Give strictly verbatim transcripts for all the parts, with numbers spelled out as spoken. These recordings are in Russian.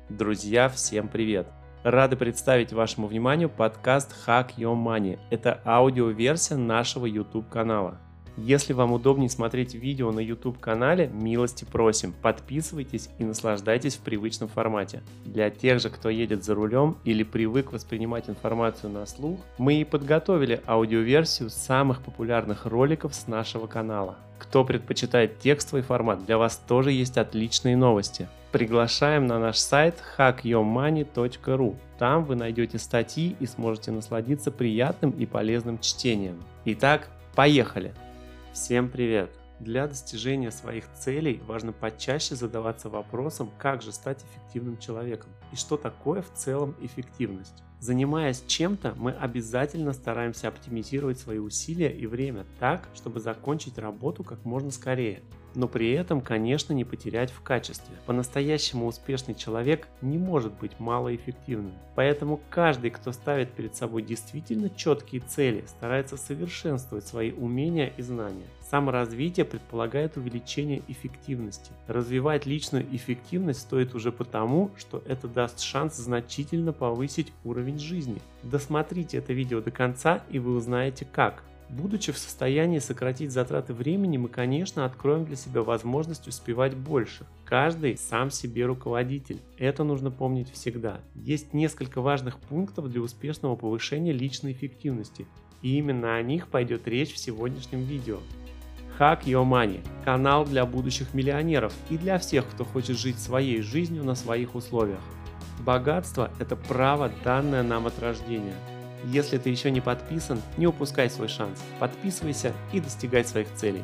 Друзья, всем привет! Рады представить вашему вниманию подкаст Hack Your Money. Это аудиоверсия нашего YouTube канала. Если вам удобнее смотреть видео на YouTube канале, милости просим, подписывайтесь и наслаждайтесь в привычном формате. Для тех же, кто едет за рулем или привык воспринимать информацию на слух, мы и подготовили аудиоверсию самых популярных роликов с нашего канала. Кто предпочитает текстовый формат, для вас тоже есть отличные новости. Приглашаем на наш сайт hack your money точка ру. Там вы найдете статьи и сможете насладиться приятным и полезным чтением. Итак, поехали! Всем привет! Для достижения своих целей важно почаще задаваться вопросом, как же стать эффективным человеком и что такое в целом эффективность. Занимаясь чем-то, мы обязательно стараемся оптимизировать свои усилия и время так, чтобы закончить работу как можно скорее. Но при этом, конечно, не потерять в качестве. По-настоящему успешный человек не может быть малоэффективным. Поэтому каждый, кто ставит перед собой действительно четкие цели, старается совершенствовать свои умения и знания. Саморазвитие предполагает увеличение эффективности. Развивать личную эффективность стоит уже потому, что это даст шанс значительно повысить уровень жизни. Досмотрите это видео до конца, и вы узнаете как. Будучи в состоянии сократить затраты времени, мы, конечно, откроем для себя возможность успевать больше. Каждый сам себе руководитель. Это нужно помнить всегда. Есть несколько важных пунктов для успешного повышения личной эффективности. И именно о них пойдет речь в сегодняшнем видео. Hack Your Money – канал для будущих миллионеров и для всех, кто хочет жить своей жизнью на своих условиях. Богатство – это право, данное нам от рождения. Если ты еще не подписан, не упускай свой шанс. Подписывайся и достигай своих целей.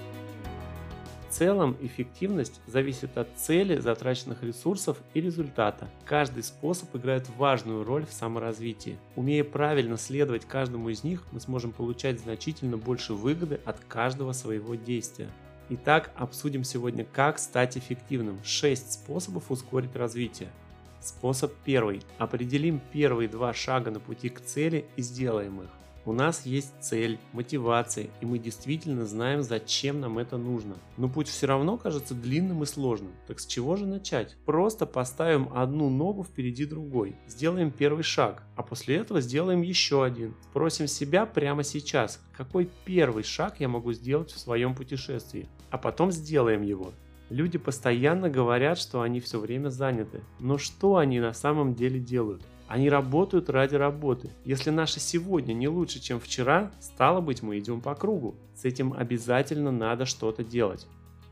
В целом, эффективность зависит от цели, затраченных ресурсов и результата. Каждый способ играет важную роль в саморазвитии. Умея правильно следовать каждому из них, мы сможем получать значительно больше выгоды от каждого своего действия. Итак, обсудим сегодня, как стать эффективным. шесть способов ускорить развитие. Способ первый. Определим первые два шага на пути к цели и сделаем их. У нас есть цель, мотивация, и мы действительно знаем, зачем нам это нужно. Но путь все равно кажется длинным и сложным. Так с чего же начать? Просто поставим одну ногу впереди другой. Сделаем первый шаг, а после этого сделаем еще один. Спросим себя прямо сейчас, какой первый шаг я могу сделать в своем путешествии, а потом сделаем его. Люди постоянно говорят, что они все время заняты. Но что они на самом деле делают? Они работают ради работы. Если наше сегодня не лучше, чем вчера, стало быть, мы идем по кругу. С этим обязательно надо что-то делать.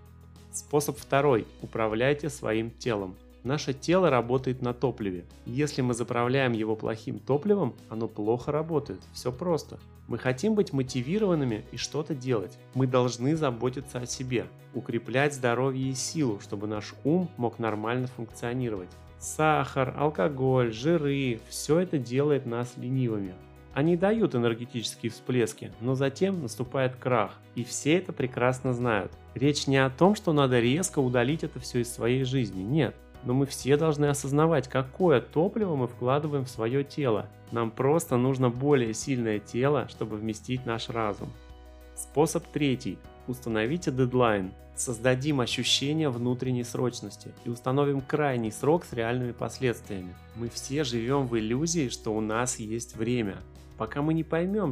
Способ второй. Управляйте своим телом. Наше тело работает на топливе. Если мы заправляем его плохим топливом, оно плохо работает. Все просто. Мы хотим быть мотивированными и что-то делать. Мы должны заботиться о себе, укреплять здоровье и силу, чтобы наш ум мог нормально функционировать. Сахар, алкоголь, жиры – все это делает нас ленивыми. Они дают энергетические всплески, но затем наступает крах, и все это прекрасно знают. Речь не о том, что надо резко удалить это все из своей жизни, нет. Но мы все должны осознавать, какое топливо мы вкладываем в свое тело. Нам просто нужно более сильное тело, чтобы вместить наш разум. Способ третий. Установите дедлайн. Создадим ощущение внутренней срочности и установим крайний срок с реальными последствиями. Мы все живем в иллюзии, что у нас есть время, пока мы не поймем,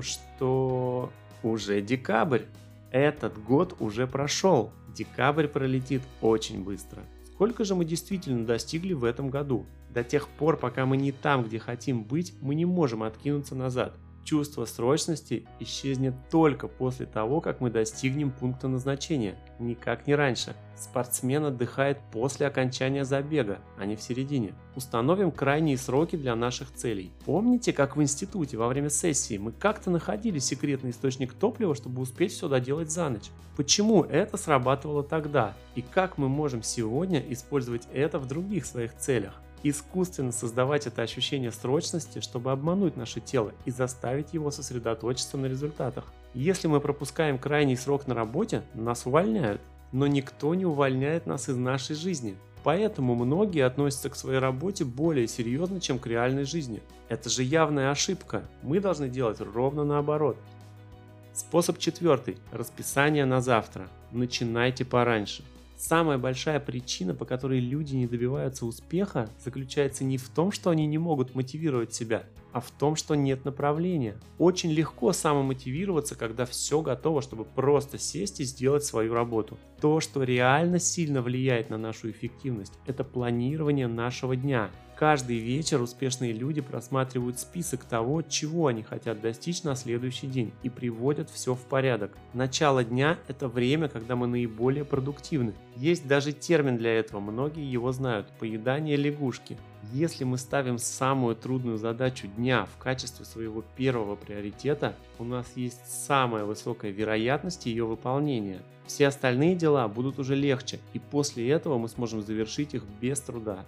что уже декабрь. Этот год уже прошел. Декабрь пролетит очень быстро. Сколько же мы действительно достигли в этом году? До тех пор, пока мы не там, где хотим быть, мы не можем откинуться назад. Чувство срочности исчезнет только после того, как мы достигнем пункта назначения, никак не раньше. Спортсмен отдыхает после окончания забега, а не в середине. Установим крайние сроки для наших целей. Помните, как в институте во время сессии мы как-то находили секретный источник топлива, чтобы успеть все доделать за ночь? Почему это срабатывало тогда? И как мы можем сегодня использовать это в других своих целях? Искусственно создавать это ощущение срочности, чтобы обмануть наше тело и заставить его сосредоточиться на результатах. Если мы пропускаем крайний срок на работе, нас увольняют. Но никто не увольняет нас из нашей жизни. Поэтому многие относятся к своей работе более серьезно, чем к реальной жизни. Это же явная ошибка. Мы должны делать ровно наоборот. Способ четвертый. Расписание на завтра. Начинайте пораньше. Самая большая причина, по которой люди не добиваются успеха, заключается не в том, что они не могут мотивировать себя, а в том, что нет направления. Очень легко самомотивироваться, когда все готово, чтобы просто сесть и сделать свою работу. То, что реально сильно влияет на нашу эффективность, это планирование нашего дня. Каждый вечер успешные люди просматривают список того, чего они хотят достичь на следующий день, и приводят все в порядок. Начало дня – это время, когда мы наиболее продуктивны. Есть даже термин для этого, многие его знают – поедание лягушки. Если мы ставим самую трудную задачу дня в качестве своего первого приоритета, у нас есть самая высокая вероятность ее выполнения. Все остальные дела будут уже легче, и после этого мы сможем завершить их без труда.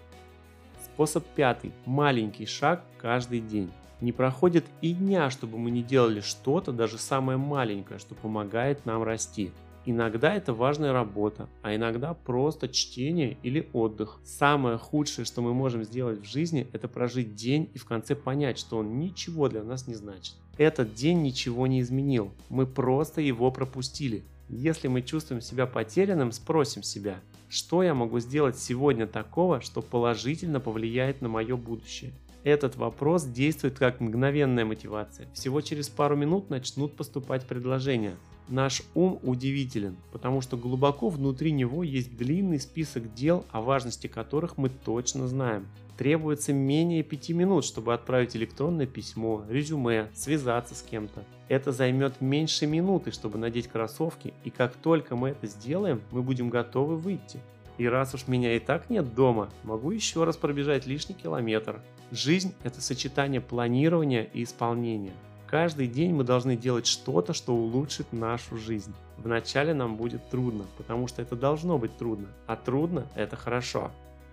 Способ пятый. Маленький шаг каждый день. Не проходит и дня, чтобы мы не делали что-то, даже самое маленькое, что помогает нам расти. Иногда это важная работа, а иногда просто чтение или отдых. Самое худшее, что мы можем сделать в жизни, это прожить день и в конце понять, что он ничего для нас не значит. Этот день ничего не изменил, мы просто его пропустили. Если мы чувствуем себя потерянным, спросим себя, что я могу сделать сегодня такого, что положительно повлияет на мое будущее. Этот вопрос действует как мгновенная мотивация. Всего через пару минут начнут поступать предложения. Наш ум удивителен, потому что глубоко внутри него есть длинный список дел, о важности которых мы точно знаем. Требуется менее пяти минут, чтобы отправить электронное письмо, резюме, связаться с кем-то. Это займет меньше минуты, чтобы надеть кроссовки, и как только мы это сделаем, мы будем готовы выйти. И раз уж меня и так нет дома, могу еще раз пробежать лишний километр. Жизнь – это сочетание планирования и исполнения. Каждый день мы должны делать что-то, что улучшит нашу жизнь. Вначале нам будет трудно, потому что это должно быть трудно, а трудно – это хорошо.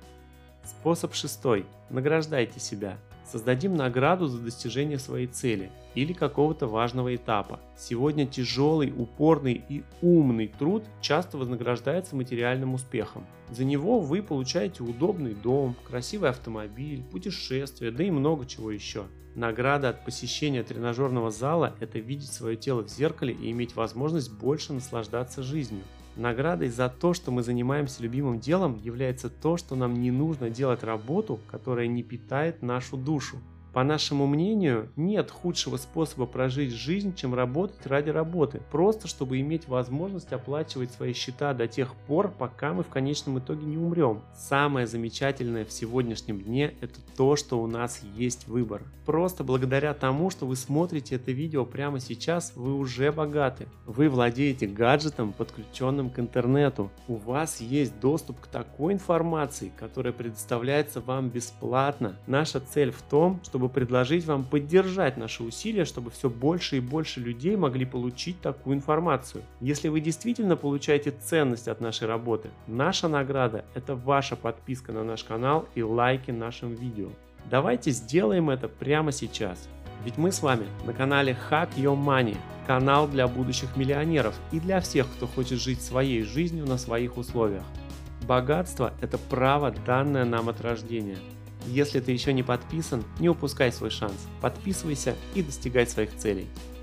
Способ шестой. Награждайте себя. Создадим награду за достижение своей цели или какого-то важного этапа. Сегодня тяжелый, упорный и умный труд часто вознаграждается материальным успехом. За него вы получаете удобный дом, красивый автомобиль, путешествия, да и много чего еще. Награда от посещения тренажерного зала – это видеть свое тело в зеркале и иметь возможность больше наслаждаться жизнью. Наградой за то, что мы занимаемся любимым делом, является то, что нам не нужно делать работу, которая не питает нашу душу. По нашему мнению, нет худшего способа прожить жизнь, чем работать ради работы, просто чтобы иметь возможность оплачивать свои счета до тех пор, пока мы в конечном итоге не умрем. Самое замечательное в сегодняшнем дне – это то, что у нас есть выбор. Просто благодаря тому, что вы смотрите это видео прямо сейчас, вы уже богаты. Вы владеете гаджетом, подключенным к интернету. У вас есть доступ к такой информации, которая предоставляется вам бесплатно. Наша цель в том, чтобы предложить вам поддержать наши усилия, чтобы все больше и больше людей могли получить такую информацию. Если вы действительно получаете ценность от нашей работы, наша награда – это ваша подписка на наш канал и лайки нашим видео. Давайте сделаем это прямо сейчас. Ведь мы с вами на канале Hack Your Money, канал для будущих миллионеров и для всех, кто хочет жить своей жизнью на своих условиях. Богатство – это право, данное нам от рождения. Если ты еще не подписан, не упускай свой шанс. Подписывайся и достигай своих целей.